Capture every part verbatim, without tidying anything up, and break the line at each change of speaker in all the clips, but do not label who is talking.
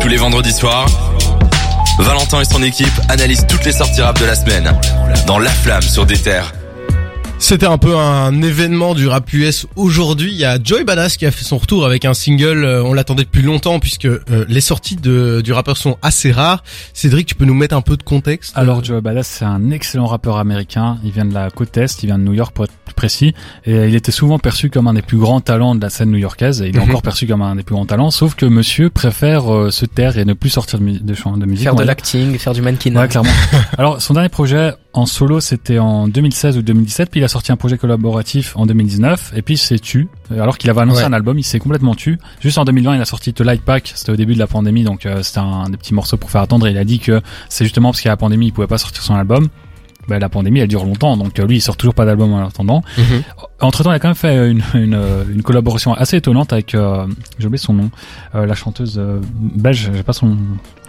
Tous les vendredis soirs, Valentin et son équipe analysent toutes les sorties rap de la semaine dans La Flamme sur des terres.
C'était un peu un événement du rap U S aujourd'hui. Il y a Joey Badass qui a fait son retour avec un single. Euh, on l'attendait depuis longtemps puisque euh, les sorties de, du rappeur sont assez rares. Cédric, tu peux nous mettre un peu de contexte?
Alors Joey Badass, c'est un excellent rappeur américain. Il vient de la côte Est, il vient de New York pour être plus précis. Et il était souvent perçu comme un des plus grands talents de la scène new-yorkaise. Et il est mm-hmm. encore perçu comme un des plus grands talents. Sauf que monsieur préfère euh, se taire et ne plus sortir de, mu- de, chant, de musique.
Faire de l'acting, faire du mannequinat.
Ouais, clairement. Alors son dernier projet en solo, c'était en deux mille seize ou deux mille dix-sept, puis il a sorti un projet collaboratif en deux mille dix-neuf, et puis il s'est tu. Alors qu'il avait annoncé ouais. un album, il s'est complètement tu. Juste en deux mille vingt, il a sorti The Light Pack, c'était au début de la pandémie, donc euh, c'était un, un des petits morceaux pour faire attendre, et il a dit que c'est justement parce qu'il y a la pandémie, il pouvait pas sortir son album. Ben, la pandémie, elle dure longtemps, donc euh, lui, il sort toujours pas d'album en attendant. Mm-hmm. Entre-temps, il a quand même fait une, une, une collaboration assez étonnante avec, euh, j'ai oublié son nom, euh, la chanteuse euh, belge, j'ai pas son...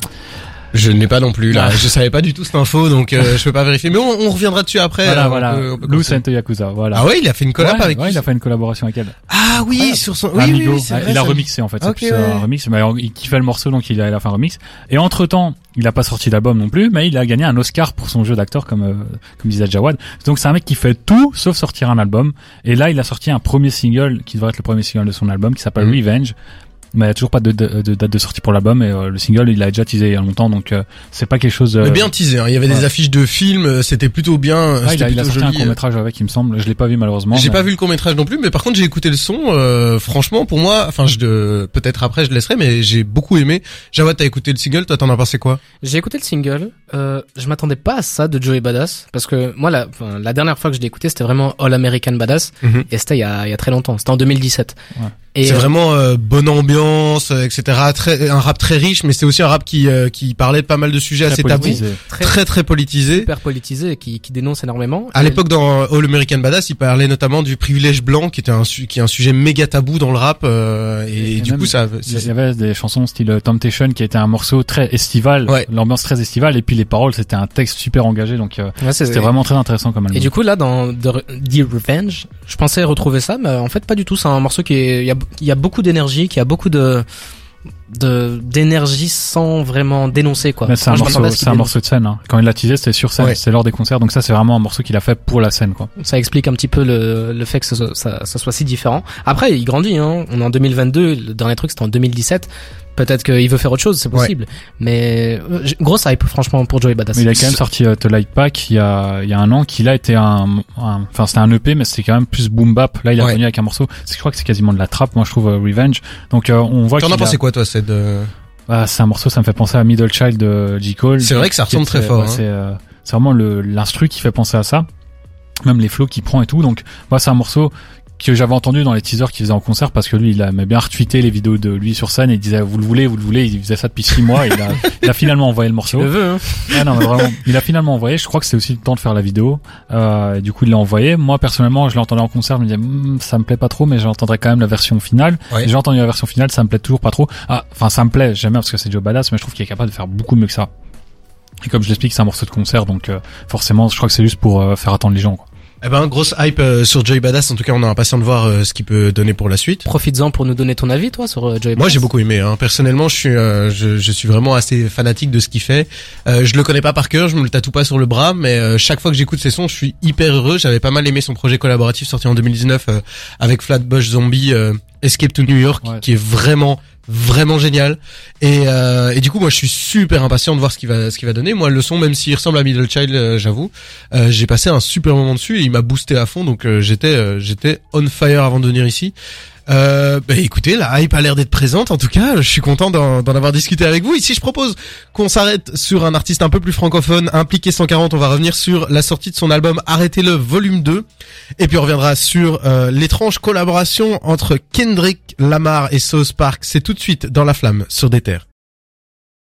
Je n'ai pas non plus là. Je savais pas du tout cette info, donc euh, je peux pas vérifier. Mais on, on reviendra dessus après.
Voilà,
euh,
voilà.
On peut, on peut
Lou Santo Yakuza, voilà.
Ah ouais, il a fait une collab
ouais,
avec.
Ouais, il a fait une collaboration avec elle.
Ah oui, ah, sur son. Oui,
Amigo.
oui, c'est vrai,
il a
ça...
remixé en fait.
Okay,
c'est
ouais.
un remix, mais il kiffait le morceau, donc il a, il a fait un remix. Et entre temps, il a pas sorti d'album non plus, mais il a gagné un Oscar pour son jeu d'acteur, comme euh, comme disait Jawad. Donc c'est un mec qui fait tout sauf sortir un album. Et là, il a sorti un premier single qui devrait être le premier single de son album, qui s'appelle mmh. Revenge. Mais il y a toujours pas de, de, de date de sortie pour l'album, et euh, le single il a déjà teasé il y a longtemps, donc euh, c'est pas quelque chose. Euh...
Mais bien teasé, hein. Il y avait ouais. des affiches de films, c'était plutôt bien.
Ah,
c'était
il, a,
plutôt
il a sorti
joli.
un court métrage avec, il me semble. Je l'ai pas vu malheureusement.
J'ai
mais...
pas vu le court métrage non plus, mais par contre j'ai écouté le son. Euh, franchement, pour moi, enfin je de, peut-être après je laisserai, mais j'ai beaucoup aimé. Jawad, t'as écouté le single, toi t'en as pensé quoi?
J'ai écouté le single. Euh, je m'attendais pas à ça de Joey Badass, parce que moi la, enfin, la dernière fois que je l'ai écouté, c'était vraiment All American Badass, mm-hmm. et c'était il y a, il y a très longtemps. C'était en deux mille dix-sept.
Ouais.
Et
c'est
euh,
vraiment euh, bonne ambiance, euh, et cetera. Très, un rap très riche, mais c'est aussi un rap qui euh, qui parlait de pas mal de sujets assez tabous, très, très très politisé,
super politisé, qui qui dénonce énormément.
À et l'époque, dans All American Badass, il parlait notamment du privilège blanc, qui était un su- qui est un sujet méga tabou dans le rap, euh, et, et, et du coup ça.
Il y avait des chansons style Temptation qui était un morceau très estival, ouais. l'ambiance très estivale, et puis les paroles c'était un texte super engagé, donc euh, ouais, c'était vraiment très intéressant comme album.
Et du coup là dans The, The Revenge, je pensais retrouver ça, mais en fait pas du tout. C'est un morceau qui est, il y a, il y a beaucoup d'énergie, qui a beaucoup de de d'énergie sans vraiment dénoncer quoi.
Mais c'est un morceau, c'est un morceau de scène. Hein. Quand il l'a teasé, c'était sur scène, ouais. c'est lors des concerts, donc ça c'est vraiment un morceau qu'il a fait pour la scène quoi.
Ça explique un petit peu le le fait que ça soit, ça, ça soit si différent. Après, il grandit. Hein. On est en deux mille vingt-deux. Le dernier truc c'était en deux mille dît-sept. Peut-être qu'il veut faire autre chose, c'est possible. Ouais. Mais euh, grosse hype franchement pour Joey Badass.
Mais il a quand même sorti euh, The Light Pack il y a il y a un an, qui là était un enfin c'était un E P, mais c'était quand même plus boom bap. Là il est ouais. revenu avec un morceau. C'est, je crois que c'est quasiment de la trappe. Moi je trouve euh, Revenge. Donc euh, on voit.
T'en as pensé
a...
quoi toi, c'est de...
Ah, c'est un morceau, ça me fait penser à Middle Child de J. Cole.
C'est vrai que ça ressemble très fort.
Ouais,
hein.
C'est euh, c'est vraiment le l'instru qui fait penser à ça. Même les flows qu'il prend et tout. Donc moi c'est un morceau que j'avais entendu dans les teasers qu'il faisait en concert, parce que lui il aimait bien retweeter les vidéos de lui sur scène et il disait vous le voulez, vous le voulez, il faisait ça depuis six mois et il a, il a finalement envoyé le morceau.
Il le veut, hein.
Ouais, non, mais vraiment, il a finalement envoyé, je crois que c'est aussi le temps de faire la vidéo, euh, et du coup il l'a envoyé. Moi personnellement je l'entendais en concert, je me disais mmm, ça me plaît pas trop, mais j'entendrais quand même la version finale. Ouais. Et j'ai entendu la version finale, ça me plaît toujours pas trop. Ah, enfin ça me plaît, j'aime bien parce que c'est Joey Badass, mais je trouve qu'il est capable de faire beaucoup mieux que ça. Et comme je l'explique, c'est un morceau de concert, donc euh, forcément je crois que c'est juste pour euh, faire attendre les gens quoi.
Eh ben, grosse hype euh, sur Joey Badass. En tout cas, on est impatient de voir euh, ce qu'il peut donner pour la suite.
Profites-en pour nous donner ton avis, toi, sur euh, Joey Badass.
Moi, j'ai beaucoup aimé. Hein. Personnellement, je suis, euh, je, je suis vraiment assez fanatique de ce qu'il fait. Euh, je le connais pas par cœur, je me le tatoue pas sur le bras, mais euh, chaque fois que j'écoute ses sons, je suis hyper heureux. J'avais pas mal aimé son projet collaboratif sorti en deux mille dix-neuf euh, avec Flatbush Zombie, euh, Escape to New York, ouais. qui est vraiment vraiment génial, et euh, et du coup moi je suis super impatient de voir ce qu'il va ce qu'il va donner. Moi le son, même s'il ressemble à Middle Child, euh, j'avoue, euh, j'ai passé un super moment dessus et il m'a boosté à fond, donc euh, j'étais euh, j'étais on fire avant de venir ici. Euh, bah écoutez, la hype a l'air d'être présente. En tout cas, je suis content d'en, d'en avoir discuté avec vous. Ici, je propose qu'on s'arrête sur un artiste un peu plus francophone, Impliqué cent quarante. On va revenir sur la sortie de son album Arrêtez-le volume deux, et puis on reviendra sur euh, l'étrange collaboration entre Kendrick Lamar et South Park. C'est tout de suite dans La Flamme sur des terres.